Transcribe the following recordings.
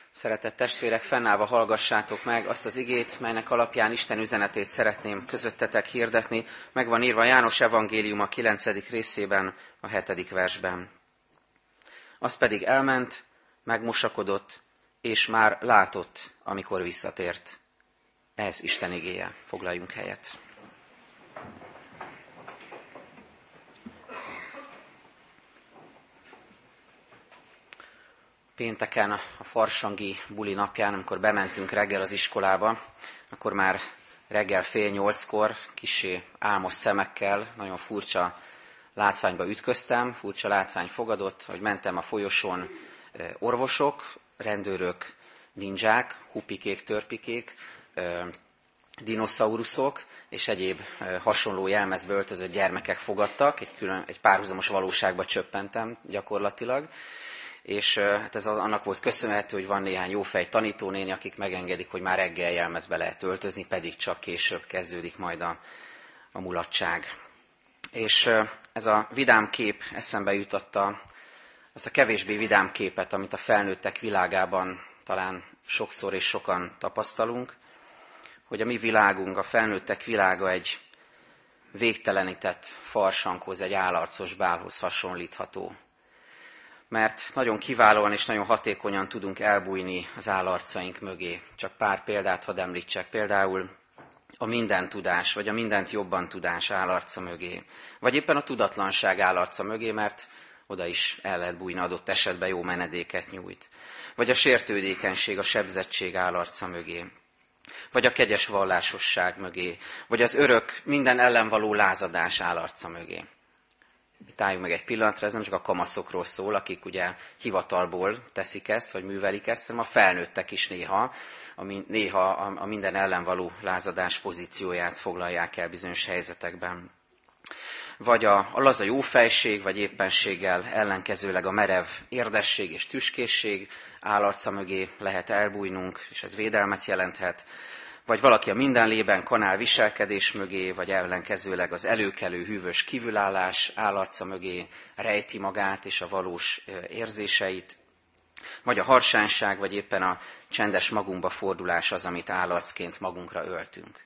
Szeretett testvérek, fennállva hallgassátok meg azt az igét, melynek alapján Isten üzenetét szeretném közöttetek hirdetni. Meg van írva János evangélium a 9. részében, a 7. versben. Az pedig elment, megmosakodott, és már látott, amikor visszatért. Ez Isten igéje. Foglaljunk helyet. Pénteken, a farsangi buli napján, amikor bementünk reggel az iskolába, akkor már reggel 7:30-kor kissé álmos szemekkel, nagyon furcsa látványba ütköztem, furcsa látvány fogadott, hogy mentem a folyosón, orvosok, rendőrök, nindzsák, hupikék, törpikék, dinoszauruszok és egyéb hasonló jelmezbe öltözött gyermekek fogadtak, egy párhuzamos valóságba csöppentem gyakorlatilag. És hát ez annak volt köszönhető, hogy van néhány jófej tanítónéni, akik megengedik, hogy már reggel jelmezbe lehet öltözni, pedig csak később kezdődik majd a mulatság. És ez a vidám kép eszembe jutotta azt a kevésbé vidám képet, amit a felnőttek világában talán sokszor és sokan tapasztalunk, hogy a mi világunk, a felnőttek világa egy végtelenített farsanghoz, egy állarcos bálhoz hasonlítható. Mert nagyon kiválóan és nagyon hatékonyan tudunk elbújni az állarcaink mögé. Csak pár példát hadd említsek. Például a mindentudás, vagy a mindent jobban tudás állarca mögé. Vagy éppen a tudatlanság állarca mögé, mert oda is el lehet bújni, adott esetben jó menedéket nyújt. Vagy a sértődékenység, a sebzettség állarca mögé. Vagy a kegyes vallásosság mögé. Vagy az örök, minden ellen való lázadás állarca mögé. Itt álljunk meg egy pillanatra, ez nem csak a kamaszokról szól, akik ugye hivatalból teszik ezt, vagy művelik ezt, hanem a felnőttek is néha a minden ellen való lázadás pozícióját foglalják el bizonyos helyzetekben. Vagy a laza jófejség, vagy éppenséggel ellenkezőleg a merev érdesség és tüskészség állarca mögé lehet elbújnunk, és ez védelmet jelenthet. Vagy valaki a mindenlében kanál viselkedés mögé, vagy ellenkezőleg az előkelő hűvös kívülállás állarca mögé rejti magát és a valós érzéseit. Vagy a harsányság, vagy éppen a csendes magunkba fordulás az, amit állarcként magunkra öltünk.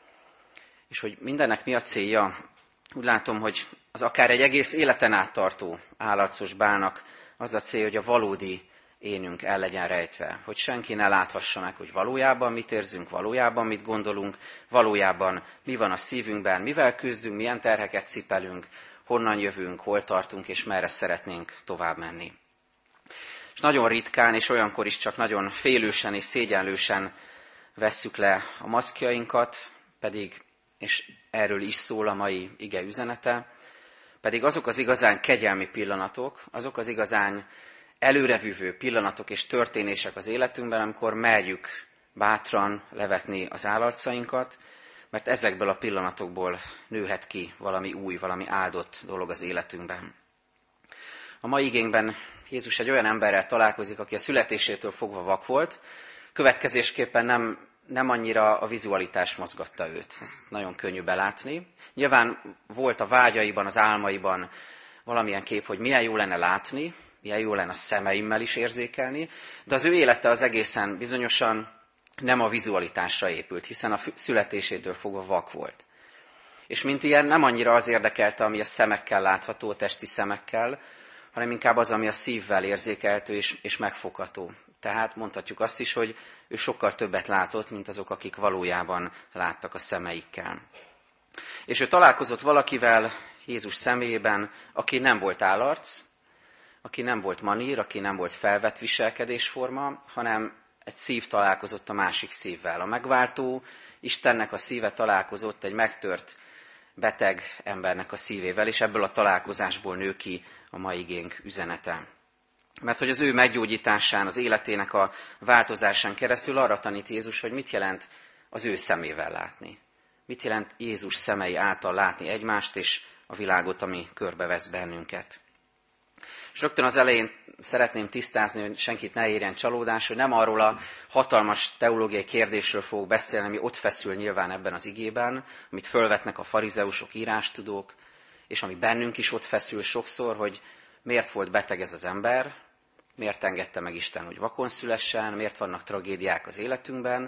És hogy mindennek mi a célja? Úgy látom, hogy az akár egy egész életen át tartó állarcos bálnak az a cél, hogy a valódi énünk el legyen rejtve, hogy senki ne láthassa meg, hogy valójában mit érzünk, valójában mit gondolunk, valójában mi van a szívünkben, mivel küzdünk, milyen terheket cipelünk, honnan jövünk, hol tartunk, és merre szeretnénk tovább menni. És nagyon ritkán, és olyankor is csak nagyon félősen és szégyenlősen vesszük le a maszkjainkat, pedig, és erről is szól a mai ige üzenete, pedig azok az igazán kegyelmi pillanatok, azok az igazán előrevívő pillanatok és történések az életünkben, amikor merjük bátran levetni az állarcainkat, mert ezekből a pillanatokból nőhet ki valami új, valami áldott dolog az életünkben. A mai igénkben Jézus egy olyan emberrel találkozik, aki a születésétől fogva vak volt, következésképpen nem annyira a vizualitás mozgatta őt. Ezt nagyon könnyű belátni. Nyilván volt a vágyaiban, az álmaiban valamilyen kép, hogy milyen jó lenne látni, milyen jó lenne a szemeimmel is érzékelni, de az ő élete az egészen bizonyosan nem a vizualitásra épült, hiszen a születésétől fogva vak volt. És mint ilyen nem annyira az érdekelte, ami a szemekkel látható, a testi szemekkel, hanem inkább az, ami a szívvel érzékelhető és megfogható. Tehát mondhatjuk azt is, hogy ő sokkal többet látott, mint azok, akik valójában láttak a szemeikkel. És ő találkozott valakivel Jézus személyében, aki nem volt állarc, aki nem volt manír, aki nem volt felvett viselkedésforma, hanem egy szív találkozott a másik szívvel. A megváltó Istennek a szíve találkozott egy megtört, beteg embernek a szívével, és ebből a találkozásból nő ki a mai igénk üzenete. Mert hogy az ő meggyógyításán, az életének a változásán keresztül arra tanít Jézus, hogy mit jelent az ő szemével látni. Mit jelent Jézus szemei által látni egymást és a világot, ami körbevesz bennünket. És rögtön az elején szeretném tisztázni, hogy senkit ne érjen csalódás, hogy nem arról a hatalmas teológiai kérdésről fogok beszélni, ami ott feszül nyilván ebben az igében, amit fölvetnek a farizeusok, írástudók, és ami bennünk is ott feszül sokszor, hogy miért volt beteg ez az ember, Miért engedte meg Isten, hogy vakon szülessen, miért vannak tragédiák az életünkben,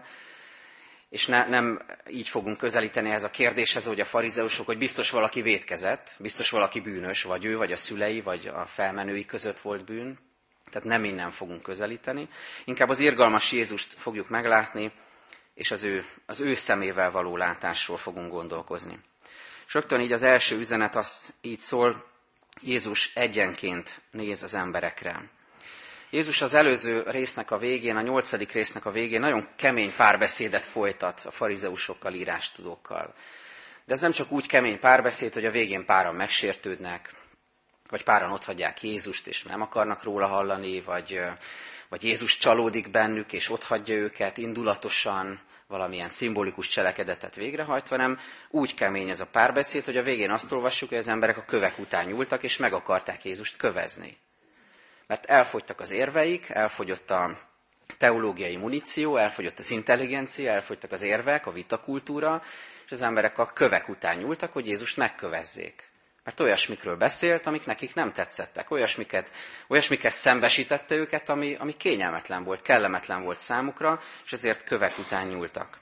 és nem így fogunk közelíteni ehhez a kérdéshez, hogy a farizeusok, hogy biztos valaki vétkezett, biztos valaki bűnös, vagy ő, vagy a szülei, vagy a felmenői között volt bűn. Tehát nem innen fogunk közelíteni. Inkább az irgalmas Jézust fogjuk meglátni, és az ő szemével való látásról fogunk gondolkozni. És rögtön így az első üzenet az így szól, Jézus egyenként néz az emberekre. Jézus az előző résznek a végén, a 8. résznek a végén nagyon kemény párbeszédet folytat a farizeusokkal, írástudókkal. De ez nem csak úgy kemény párbeszéd, hogy a végén páran megsértődnek, vagy páran otthagyják Jézust, és nem akarnak róla hallani, vagy Jézus csalódik bennük, és otthagyja őket indulatosan, valamilyen szimbolikus cselekedetet végrehajtva, hanem úgy kemény ez a párbeszéd, hogy a végén azt olvassuk, hogy az emberek a kövek után nyúltak, és meg akarták Jézust kövezni. Mert elfogytak az érveik, elfogyott a teológiai muníció, elfogyott az intelligencia, elfogytak az érvek, a vitakultúra, és az emberek a kövek után nyúltak, hogy Jézust megkövezzék. Mert olyasmikről beszélt, amik nekik nem tetszettek, olyasmikkel szembesítette őket, ami kényelmetlen volt, kellemetlen volt számukra, és ezért kövek után nyúltak.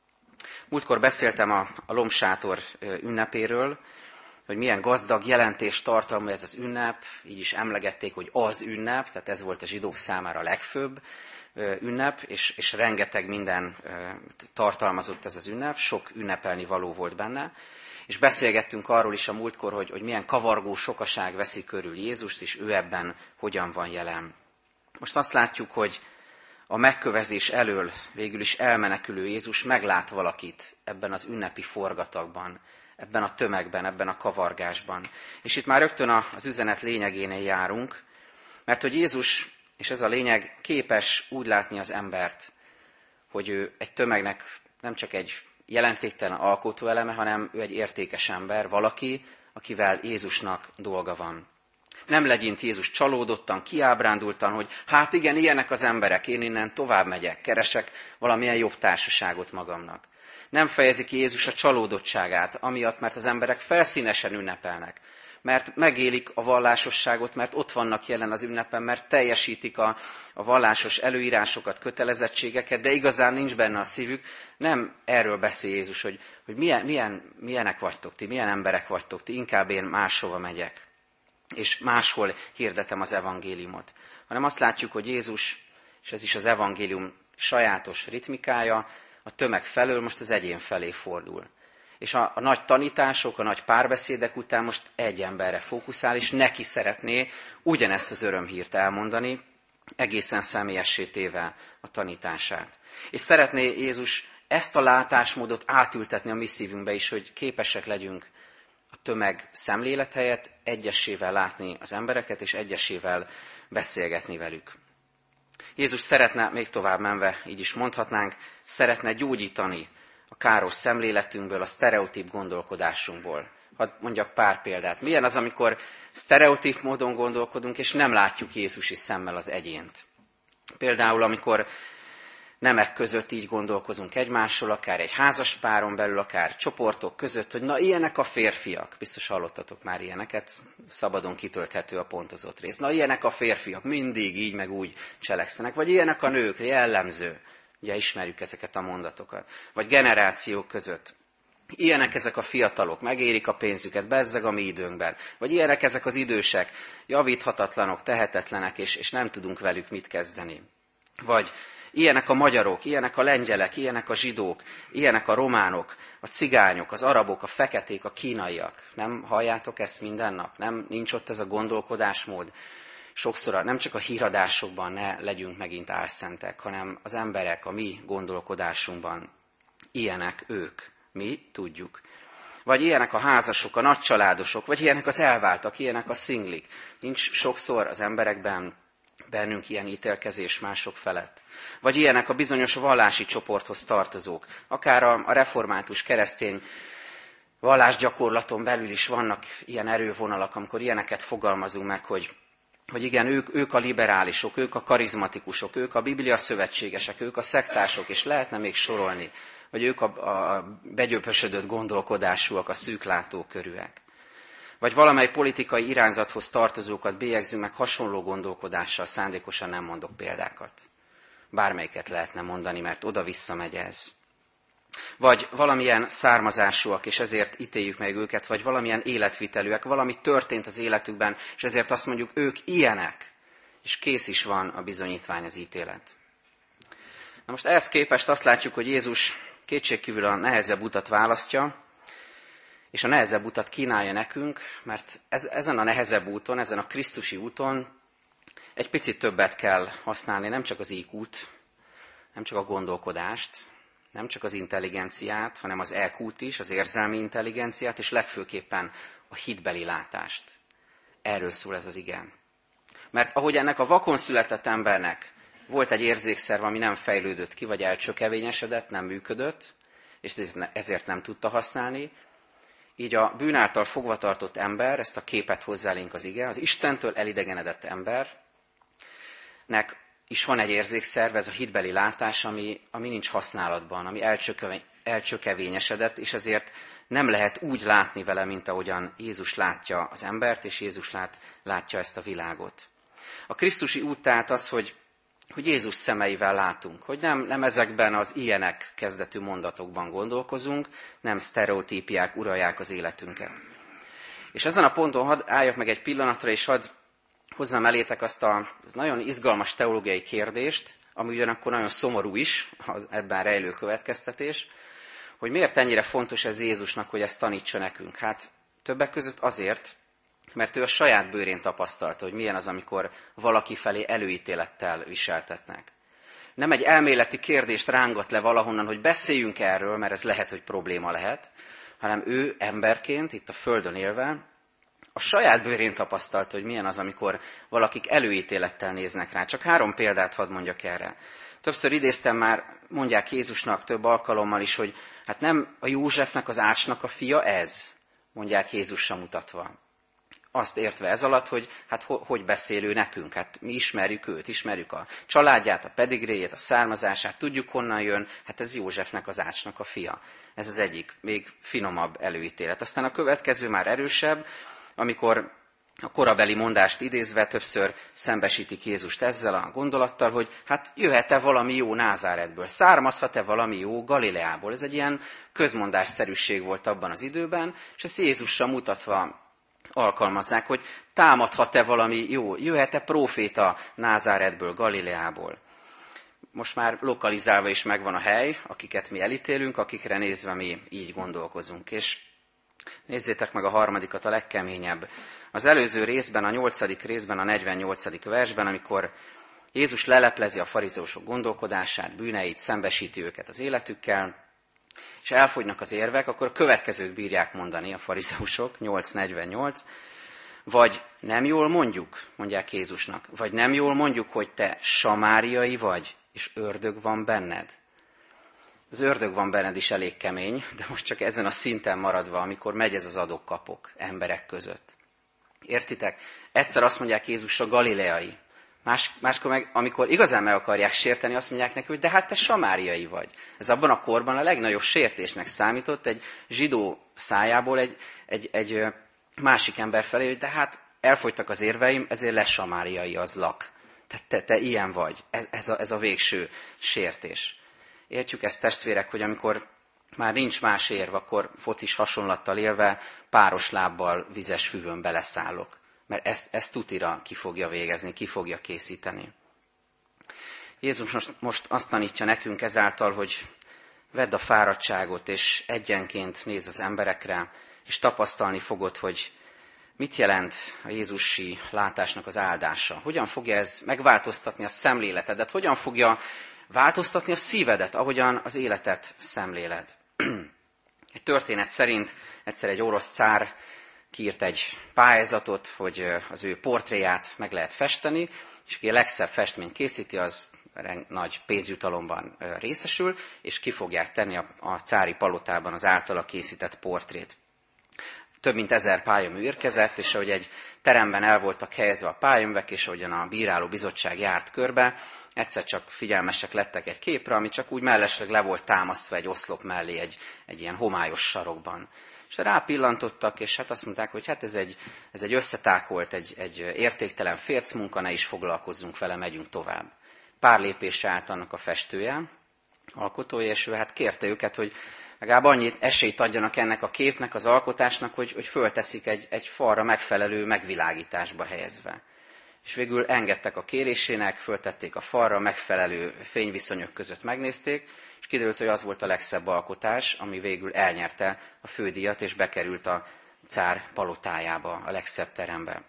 Múltkor beszéltem a lombsátor ünnepéről, hogy milyen gazdag jelentés tartalmú ez az ünnep, így is emlegették, hogy az ünnep, tehát ez volt a zsidók számára a legfőbb ünnep, és rengeteg minden tartalmazott ez az ünnep, sok ünnepelni való volt benne, és beszélgettünk arról is a múltkor, hogy milyen kavargó sokaság veszi körül Jézust, és ő ebben hogyan van jelen. Most azt látjuk, hogy a megkövezés elől végül is elmenekülő Jézus meglát valakit ebben az ünnepi forgatagban, ebben a tömegben, ebben a kavargásban. És itt már rögtön az üzenet lényegénél járunk, mert hogy Jézus, és ez a lényeg, képes úgy látni az embert, hogy ő egy tömegnek nem csak egy jelentéktelen alkotóeleme, hanem ő egy értékes ember, valaki, akivel Jézusnak dolga van. Nem legyint Jézus csalódottan, kiábrándultan, hogy hát igen, ilyenek az emberek, én innen tovább megyek, keresek valamilyen jobb társaságot magamnak. Nem fejezi ki Jézus a csalódottságát, amiatt, mert az emberek felszínesen ünnepelnek, mert megélik a vallásosságot, mert ott vannak jelen az ünnepen, mert teljesítik a vallásos előírásokat, kötelezettségeket, de igazán nincs benne a szívük. Nem erről beszél Jézus, hogy milyenek vagytok ti, milyen emberek vagytok ti, inkább én máshova megyek, és máshol hirdetem az evangéliumot. Hanem azt látjuk, hogy Jézus, és ez is az evangélium sajátos ritmikája, a tömeg felől most az egyén felé fordul. És a nagy tanítások, a nagy párbeszédek után most egy emberre fókuszál, és neki szeretné ugyanezt az örömhírt elmondani, egészen személyessé téve a tanítását. És szeretné Jézus ezt a látásmódot átültetni a mi szívünkbe is, hogy képesek legyünk a tömeg szemlélet helyett egyesével látni az embereket, és egyesével beszélgetni velük. Jézus szeretne, még tovább menve, így is mondhatnánk, szeretne gyógyítani a káros szemléletünkből, a sztereotíp gondolkodásunkból. Hadd mondjak pár példát. Milyen az, amikor sztereotíp módon gondolkodunk, és nem látjuk Jézusi szemmel az egyént. Például, amikor nemek között így gondolkozunk egymásról, akár egy házaspáron belül, akár csoportok között, hogy na, ilyenek a férfiak. Biztos hallottatok már ilyeneket, szabadon kitölthető a pontozott rész. Na, ilyenek a férfiak, mindig így meg úgy cselekszenek. Vagy ilyenek a nők, jellemző. Ugye ismerjük ezeket a mondatokat. Vagy generációk között. Ilyenek ezek a fiatalok, megérik a pénzüket, bezzeg a mi időnkben. Vagy ilyenek ezek az idősek, javíthatatlanok, tehetetlenek, és nem tudunk velük mit kezdeni. Vagy ilyenek a magyarok, ilyenek a lengyelek, ilyenek a zsidók, ilyenek a románok, a cigányok, az arabok, a feketék, a kínaiak. Nem halljátok ezt minden nap? Nincs ott ez a gondolkodásmód? Sokszor nem csak a híradásokban ne legyünk megint álszentek, hanem az emberek a mi gondolkodásunkban. Ilyenek ők. Mi tudjuk. Vagy ilyenek a házasok, a nagycsaládosok, vagy ilyenek az elváltak, ilyenek a szinglik. Nincs sokszor az emberekben bennünk ilyen ítélkezés mások felett. Vagy ilyenek a bizonyos vallási csoporthoz tartozók. Akár a református keresztény vallásgyakorlaton belül is vannak ilyen erővonalak, amikor ilyeneket fogalmazunk meg, hogy igen, ők a liberálisok, ők a karizmatikusok, ők a Biblia szövetségesek, ők a szektársok, és lehetne még sorolni, hogy ők a begyöpösödött gondolkodásúak, a szűklátókörűek. Vagy valamely politikai irányzathoz tartozókat bélyegzünk meg hasonló gondolkodással, szándékosan nem mondok példákat. Bármelyiket lehetne mondani, mert oda-vissza megy ez. Vagy valamilyen származásúak, és ezért ítéljük meg őket, vagy valamilyen életvitelűek, valami történt az életükben, és ezért azt mondjuk, ők ilyenek, és kész is van a bizonyítvány, az ítélet. Na most ehhez képest azt látjuk, hogy Jézus kétségkívül a nehezebb utat választja, és a nehezebb utat kínálja nekünk, mert ezen a nehezebb úton, ezen a krisztusi úton egy picit többet kell használni, nem csak az IQ-t, nem csak a gondolkodást, nem csak az intelligenciát, hanem az EQ-t is, az érzelmi intelligenciát, és legfőképpen a hitbeli látást. Erről szól ez az ige. Mert ahogy ennek a vakon született embernek volt egy érzékszerv, ami nem fejlődött ki, vagy elcsökevényesedett, nem működött, és ezért nem tudta használni, így a bűn által fogvatartott ember, ezt a képet hozzá elénk az ige, az Istentől elidegenedett embernek is van egy érzékszerv, ez a hitbeli látás, ami nincs használatban, ami elcsökevényesedett, és ezért nem lehet úgy látni vele, mint ahogyan Jézus látja az embert, és Jézus látja ezt a világot. A krisztusi út tehát az, hogy Jézus szemeivel látunk, hogy nem ezekben az ilyenek kezdetű mondatokban gondolkozunk, nem sztereotípiák uralják az életünket. És ezen a ponton hadd álljak meg egy pillanatra, és hadd hozzam elétek azt a nagyon izgalmas teológiai kérdést, ami ugyanakkor nagyon szomorú is, az ebben rejlő következtetés, hogy miért ennyire fontos ez Jézusnak, hogy ezt tanítsa nekünk. Hát többek között azért, mert ő a saját bőrén tapasztalta, hogy milyen az, amikor valaki felé előítélettel viseltetnek. Nem egy elméleti kérdést rángat le valahonnan, hogy beszéljünk erről, mert ez lehet, hogy probléma lehet, hanem ő emberként, itt a földön élve, a saját bőrén tapasztalta, hogy milyen az, amikor valakik előítélettel néznek rá. Csak 3 példát hadd mondjak erre. Többször idéztem már, mondják Jézusnak több alkalommal is, hogy hát nem a Józsefnek, az Ácsnak a fia ez, mondják Jézusra mutatva. Azt értve ez alatt, hogy hát hogy beszél ő nekünk, hát mi ismerjük őt, ismerjük a családját, a pedigréjét, a származását, tudjuk honnan jön, hát ez Józsefnek, az Ácsnak a fia. Ez az egyik, még finomabb előítélet. Aztán a következő már erősebb, amikor a korabeli mondást idézve többször szembesítik Jézust ezzel a gondolattal, hogy hát jöhet-e valami jó Názáretből, származhat-e valami jó Galileából. Ez egy ilyen közmondásszerűség volt abban az időben, és ezt Jézusra mutatva alkalmazzák, hogy támadhat-e valami jó, jöhet-e próféta Názáretből, Galileából. Most már lokalizálva is megvan a hely, akiket mi elítélünk, akikre nézve mi így gondolkozunk. És nézzétek meg a harmadikat, a legkeményebb. Az előző részben, a 8. részben, a 48. versben, amikor Jézus leleplezi a farizeusok gondolkodását, bűneit, szembesíti őket az életükkel, és elfogynak az érvek, akkor a következőt bírják mondani a farizeusok, 8.48, vagy nem jól mondjuk, mondják Jézusnak, vagy nem jól mondjuk, hogy te samáriai vagy, és ördög van benned. Az ördög van benned is elég kemény, de most csak ezen a szinten maradva, amikor megy ez az adok-kapok emberek között. Értitek? Egyszer azt mondják Jézusra, galileai. Máskor meg, amikor igazán meg akarják sérteni, azt mondják neki, hogy de hát te samáriai vagy. Ez abban a korban a legnagyobb sértésnek számított egy zsidó szájából egy másik ember felé, hogy de hát elfogytak az érveim, ezért lesz samáriai az lak. Te ilyen vagy. Ez a végső sértés. Értjük ezt, testvérek, hogy amikor már nincs más érv, akkor focis hasonlattal élve páros lábbal vizes füvön beleszállok. Mert ezt tutira ki fogja végezni, ki fogja készíteni. Jézus most azt tanítja nekünk ezáltal, hogy vedd a fáradtságot, és egyenként nézz az emberekre, és tapasztalni fogod, hogy mit jelent a jézusi látásnak az áldása. Hogyan fogja ez megváltoztatni a szemléletedet, hogyan fogja változtatni a szívedet, ahogyan az életet szemléled. Egy történet szerint egyszer egy orosz cár kiírt egy pályázatot, hogy az ő portréját meg lehet festeni, és aki a legszebb festményt készíti, az nagy pénzjutalomban részesül, és ki fogják tenni a cári palotában az általa készített portrét. Több mint 1000 pályamű érkezett, és ahogy egy teremben el voltak helyezve a pályaművek, és ahogyan a bíráló bizottság járt körbe, egyszer csak figyelmesek lettek egy képre, ami csak úgy mellesleg le volt támasztva egy oszlop mellé egy ilyen homályos sarokban. És rápillantottak, és hát azt mondták, hogy hát ez egy összetákolt, egy értéktelen fércmunka, ne is foglalkozzunk vele, megyünk tovább. Pár lépésre állt annak a festője, alkotója, és ő hát kérte őket, hogy legalább annyit esélyt adjanak ennek a képnek, az alkotásnak, hogy fölteszik egy falra megfelelő megvilágításba helyezve. És végül engedtek a kérésének, föltették a falra, megfelelő fényviszonyok között megnézték, és kiderült, hogy az volt a legszebb alkotás, ami végül elnyerte a fődíjat, és bekerült a cár palotájába, a legszebb terembe.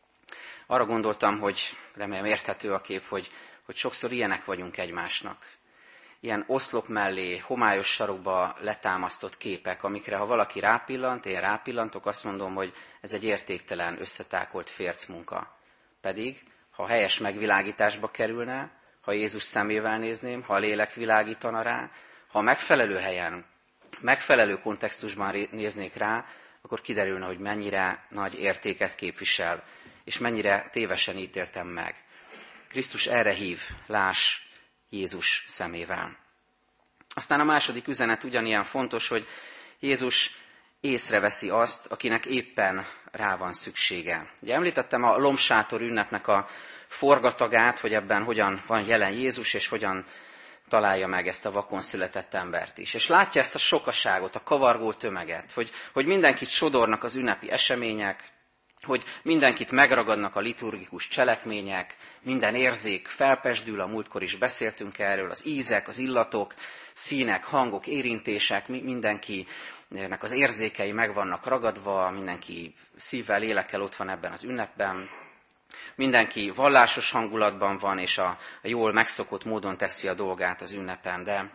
Arra gondoltam, hogy remélem érthető a kép, hogy sokszor ilyenek vagyunk egymásnak. Ilyen oszlop mellé, homályos sarokba letámasztott képek, amikre ha valaki rápillant, én rápillantok, azt mondom, hogy ez egy értéktelen, összetákolt fércmunka. Pedig, ha helyes megvilágításba kerülne, ha Jézus szemével nézném, ha a lélek világítana rá, ha megfelelő helyen, megfelelő kontextusban néznék rá, akkor kiderülne, hogy mennyire nagy értéket képvisel, és mennyire tévesen ítéltem meg. Krisztus erre hív, láss Jézus szemével. Aztán a második üzenet ugyanilyen fontos, hogy Jézus észreveszi azt, akinek éppen rá van szüksége. Ugye említettem a lombsátor ünnepnek a forgatagát, hogy ebben hogyan van jelen Jézus, és hogyan találja meg ezt a vakon született embert is. És látja ezt a sokaságot, a kavargó tömeget, hogy mindenkit sodornak az ünnepi események, hogy mindenkit megragadnak a liturgikus cselekmények, minden érzék felpesdül, a múltkor is beszéltünk erről, az ízek, az illatok, színek, hangok, érintések, mindenkinek az érzékei meg vannak ragadva, mindenki szívvel, lélekkel ott van ebben az ünnepben, mindenki vallásos hangulatban van, és a jól megszokott módon teszi a dolgát az ünnepen, de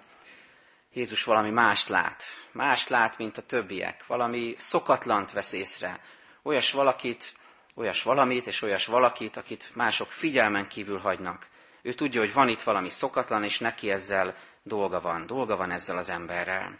Jézus valami mást lát, mint a többiek, valami szokatlant vesz észre, olyas valamit, és olyas valakit, akit mások figyelmen kívül hagynak. Ő tudja, hogy van itt valami szokatlan, és neki ezzel dolga van ezzel az emberrel.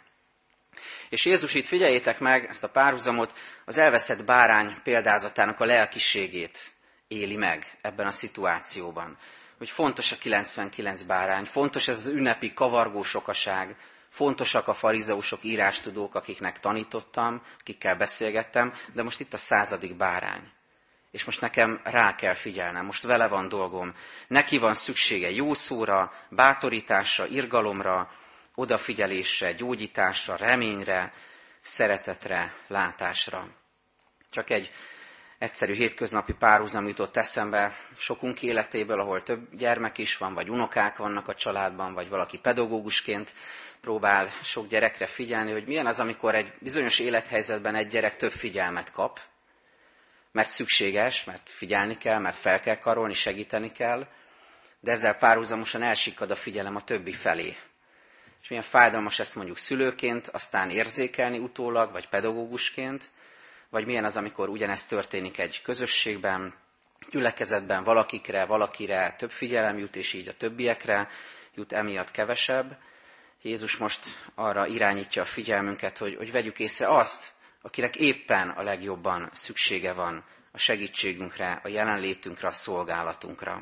És Jézus itt, figyeljétek meg ezt a párhuzamot, az elveszett bárány példázatának a lelkiségét éli meg ebben a szituációban. Hogy fontos a 99 bárány, fontos ez az ünnepi kavargó sokaság, fontosak a farizeusok, írástudók, akiknek tanítottam, akikkel beszélgettem, de most itt a 100. bárány. És most nekem rá kell figyelnem, most vele van dolgom. Neki van szüksége jó szóra, bátorításra, irgalomra, odafigyelésre, gyógyításra, reményre, szeretetre, látásra. Csak egy egyszerű hétköznapi párhuzam jutott eszembe sokunk életéből, ahol több gyermek is van, vagy unokák vannak a családban, vagy valaki pedagógusként próbál sok gyerekre figyelni, hogy milyen az, amikor egy bizonyos élethelyzetben egy gyerek több figyelmet kap, mert szükséges, mert figyelni kell, mert fel kell karolni, segíteni kell, de ezzel párhuzamosan elsikkad a figyelem a többi felé. És milyen fájdalmas ezt mondjuk szülőként, aztán érzékelni utólag, vagy pedagógusként, vagy milyen az, amikor ugyanezt történik egy közösségben, gyülekezetben valakire több figyelem jut, és így a többiekre jut emiatt kevesebb. Jézus most arra irányítja a figyelmünket, hogy vegyük észre azt, akinek éppen a legjobban szüksége van a segítségünkre, a jelenlétünkre, a szolgálatunkra.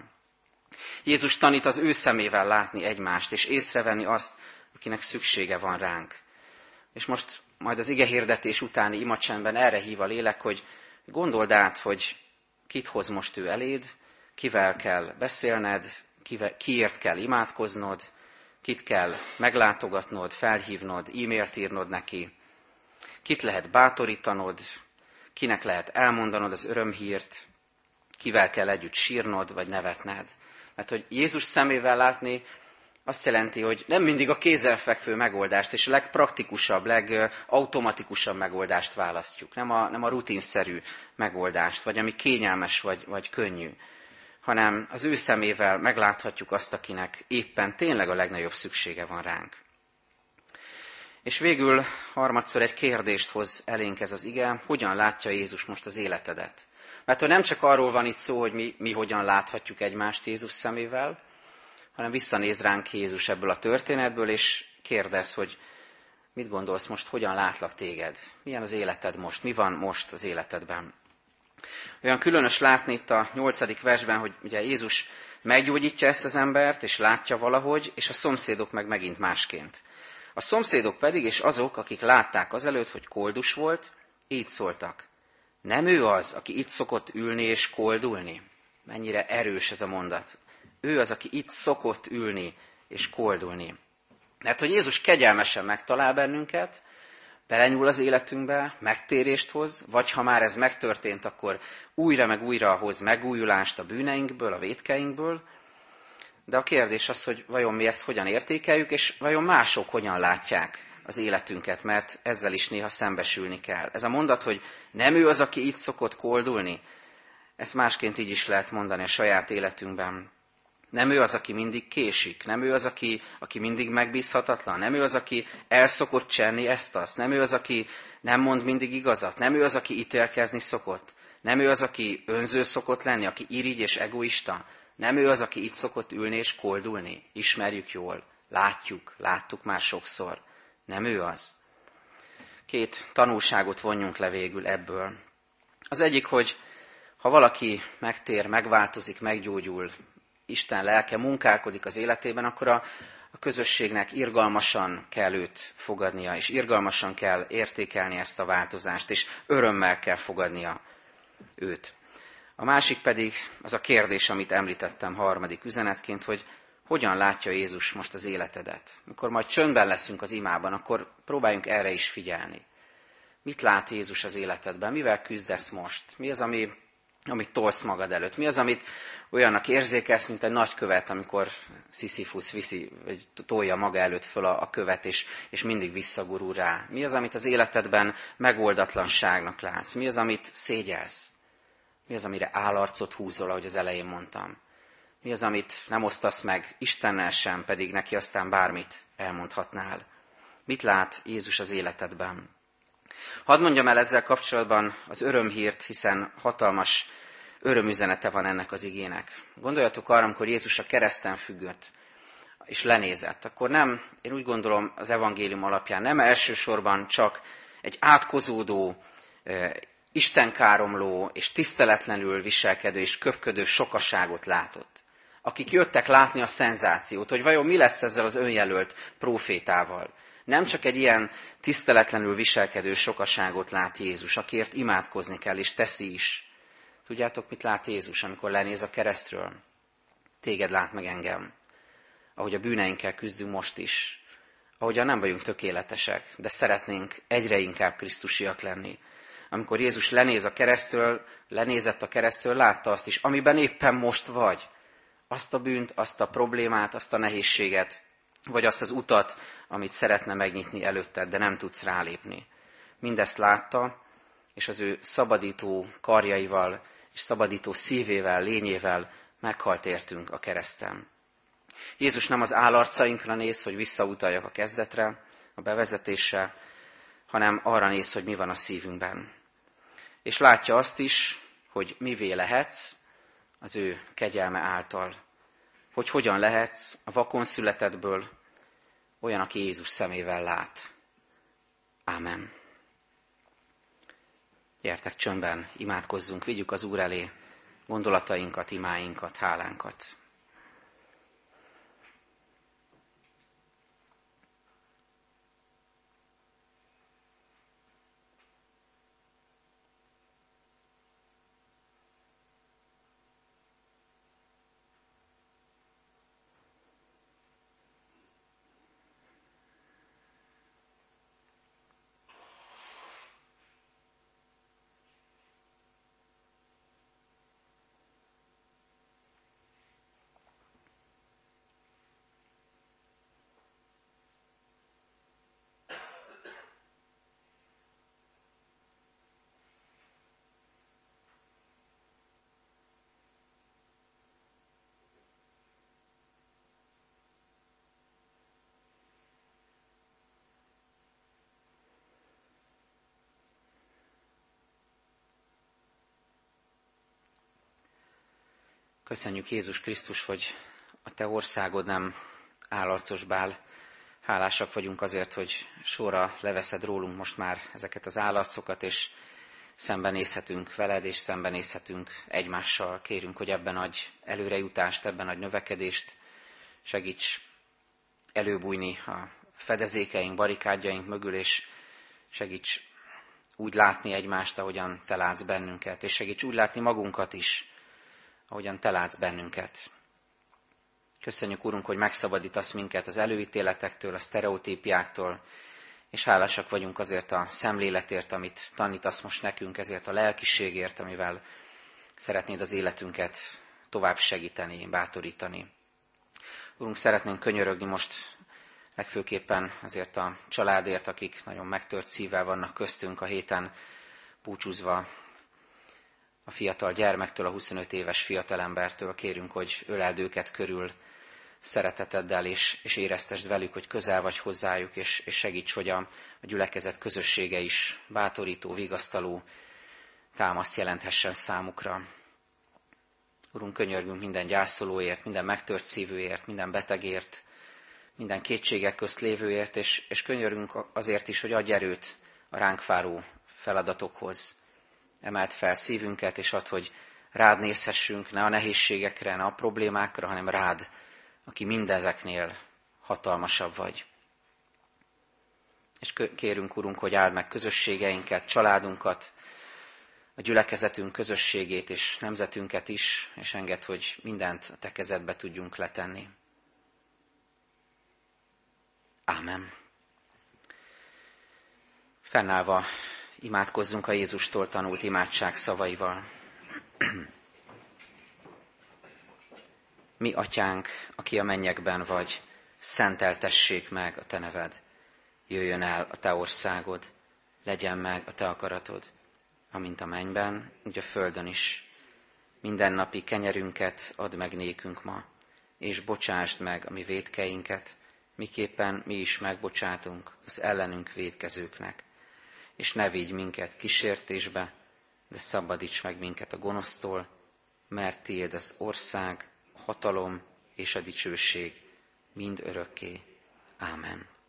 Jézus tanít az ő szemével látni egymást, és észrevenni azt, akinek szüksége van ránk. És most majd az igehirdetés utáni imacsendben erre hív a lélek, hogy gondold át, hogy kit hoz most ő eléd, kivel kell beszélned, kiért kell imádkoznod, kit kell meglátogatnod, felhívnod, e-mailt írnod neki, kit lehet bátorítanod, kinek lehet elmondanod az örömhírt, kivel kell együtt sírnod, vagy nevetned. Mert hogy Jézus szemével látni azt jelenti, hogy nem mindig a kézzelfekvő megoldást és a legpraktikusabb, legautomatikusabb megoldást választjuk. Nem a rutinszerű megoldást, vagy ami kényelmes, vagy könnyű, hanem az ő szemével megláthatjuk azt, akinek éppen tényleg a legnagyobb szüksége van ránk. És végül harmadszor egy kérdést hoz elénk ez az ige, hogyan látja Jézus most az életedet. Mert hogy nem csak arról van itt szó, hogy mi hogyan láthatjuk egymást Jézus szemével, hanem visszanéz ránk Jézus ebből a történetből, és kérdez, hogy mit gondolsz most, hogyan látlak téged? Milyen az életed most? Mi van most az életedben? Olyan különös látni itt a 8. versben, hogy ugye Jézus meggyógyítja ezt az embert, és látja valahogy, és a szomszédok meg megint másként. A szomszédok pedig, és azok, akik látták azelőtt, hogy koldus volt, így szóltak. Nem ő az, aki itt szokott ülni és koldulni? Mennyire erős ez a mondat. Ő az, aki itt szokott ülni és koldulni. Mert hogy Jézus kegyelmesen megtalál bennünket, belenyúl az életünkbe, megtérést hoz, vagy ha már ez megtörtént, akkor újra meg újra hoz megújulást a bűneinkből, a vétkeinkből. De a kérdés az, hogy vajon mi ezt hogyan értékeljük, és vajon mások hogyan látják az életünket, mert ezzel is néha szembesülni kell. Ez a mondat, hogy nem ő az, aki itt szokott koldulni, ezt másként így is lehet mondani a saját életünkben. Nem ő az, aki mindig késik, nem ő az, aki mindig megbízhatatlan, nem ő az, aki el szokott csenni ezt-azt, nem ő az, aki nem mond mindig igazat, nem ő az, aki ítélkezni szokott, nem ő az, aki önző szokott lenni, aki irigy és egoista, nem ő az, aki itt szokott ülni és koldulni. Ismerjük jól, láttuk már sokszor. Nem ő az. 2 tanulságot vonjunk le végül ebből. Az egyik, hogy ha valaki megtér, megváltozik, meggyógyul, Isten lelke munkálkodik az életében, akkor a közösségnek irgalmasan kell őt fogadnia, és irgalmasan kell értékelni ezt a változást, és örömmel kell fogadnia őt. A másik pedig az a kérdés, amit említettem harmadik üzenetként, hogy hogyan látja Jézus most az életedet. Mikor majd csöndben leszünk az imában, akkor próbáljunk erre is figyelni. Mit lát Jézus az életedben? Mivel küzdesz most? Mi az, amit tolsz magad előtt? Mi az, amit olyannak érzékelsz, mint egy nagykövet, amikor Sziszifus viszi, vagy tolja maga előtt föl a követ, és mindig visszagurul rá? Mi az, amit az életedben megoldatlanságnak látsz? Mi az, amit szégyelsz? Mi az, amire állarcot húzol, ahogy az elején mondtam? Mi az, amit nem osztasz meg Istennel sem, pedig neki aztán bármit elmondhatnál? Mit lát Jézus az életedben? Hadd mondjam el ezzel kapcsolatban az örömhírt, hiszen hatalmas örömüzenete van ennek az igének. Gondoljatok arra, amikor Jézus a kereszten függött, és lenézett, akkor nem, én úgy gondolom az evangélium alapján, nem elsősorban csak egy átkozódó, istenkáromló és tiszteletlenül viselkedő és köpködő sokaságot látott. Akik jöttek látni a szenzációt, hogy vajon mi lesz ezzel az önjelölt prófétával. Nem csak egy ilyen tiszteletlenül viselkedő sokaságot lát Jézus, akiért imádkozni kell, és teszi is. Tudjátok, mit lát Jézus, amikor lenéz a keresztről? Téged lát meg engem. Ahogy a bűneinkkel küzdünk most is. Ahogyan nem vagyunk tökéletesek, de szeretnénk egyre inkább krisztusiak lenni. Amikor Jézus lenézett a keresztről, látta azt is, amiben éppen most vagy. Azt a bűnt, azt a problémát, azt a nehézséget, vagy azt az utat, amit szeretne megnyitni előtted, de nem tudsz rálépni. Mindezt látta, és az ő szabadító karjaival, és szabadító szívével, lényével meghalt értünk a kereszten. Jézus nem az állarcainkra néz, hogy visszautaljak a kezdetre, a bevezetésre, hanem arra néz, hogy mi van a szívünkben. És látja azt is, hogy mivé lehetsz az ő kegyelme által. Hogy hogyan lehetsz a vakon születetből olyan, aki Jézus szemével lát. Ámen. Gyertek csöndben, imádkozzunk, vigyük az Úr elé gondolatainkat, imáinkat, hálánkat. Köszönjük Jézus Krisztus, hogy a Te országod nem állarcos bál. Hálásak vagyunk azért, hogy sorra leveszed rólunk most már ezeket az állarcokat, és szembenézhetünk veled, és szembenézhetünk egymással. Kérünk, hogy ebben adj előrejutást, ebben adj növekedést, segíts előbújni a fedezékeink, barikádjaink mögül, és segíts úgy látni egymást, ahogyan Te látsz bennünket, és segíts úgy látni magunkat is, ahogyan Te látsz bennünket. Köszönjük, Urunk, hogy megszabadítasz minket az előítéletektől, a sztereotípiáktól, és hálásak vagyunk azért a szemléletért, amit tanítasz most nekünk, ezért a lelkiségért, amivel szeretnéd az életünket tovább segíteni, bátorítani. Urunk, szeretnénk könyörögni most legfőképpen azért a családért, akik nagyon megtört szívvel vannak köztünk a héten búcsúzva a fiatal gyermektől, a 25 éves fiatalembertől. Kérünk, hogy öleld őket körül szereteteddel, és éreztesd velük, hogy közel vagy hozzájuk, és segíts, hogy a gyülekezet közössége is bátorító, vigasztaló támaszt jelenthessen számukra. Urunk, könyörgünk minden gyászolóért, minden megtört szívűért, minden betegért, minden kétségek közt lévőért, és könyörgünk azért is, hogy adj erőt a ránk váró feladatokhoz. Emeld fel szívünket, és add, hogy rád nézhessünk, ne a nehézségekre, ne a problémákra, hanem rád, aki mindezeknél hatalmasabb vagy. És kérünk, Urunk, hogy áld meg közösségeinket, családunkat, a gyülekezetünk közösségét és nemzetünket is, és engedd, hogy mindent a Te kezedbe tudjunk letenni. Ámen. Fennállva imádkozzunk a Jézustól tanult imádság szavaival. Mi, Atyánk, aki a mennyekben vagy, szenteltessék meg a Te neved. Jöjjön el a Te országod, legyen meg a Te akaratod, amint a mennyben, úgy a földön is. Mindennapi kenyerünket add meg nékünk ma, és bocsásd meg a mi vétkeinket, miképpen mi is megbocsátunk az ellenünk vétkezőknek. És ne vigy minket kísértésbe, de szabadíts meg minket a gonosztól, mert Tiéd az ország, a hatalom és a dicsőség mind örökké. Ámen.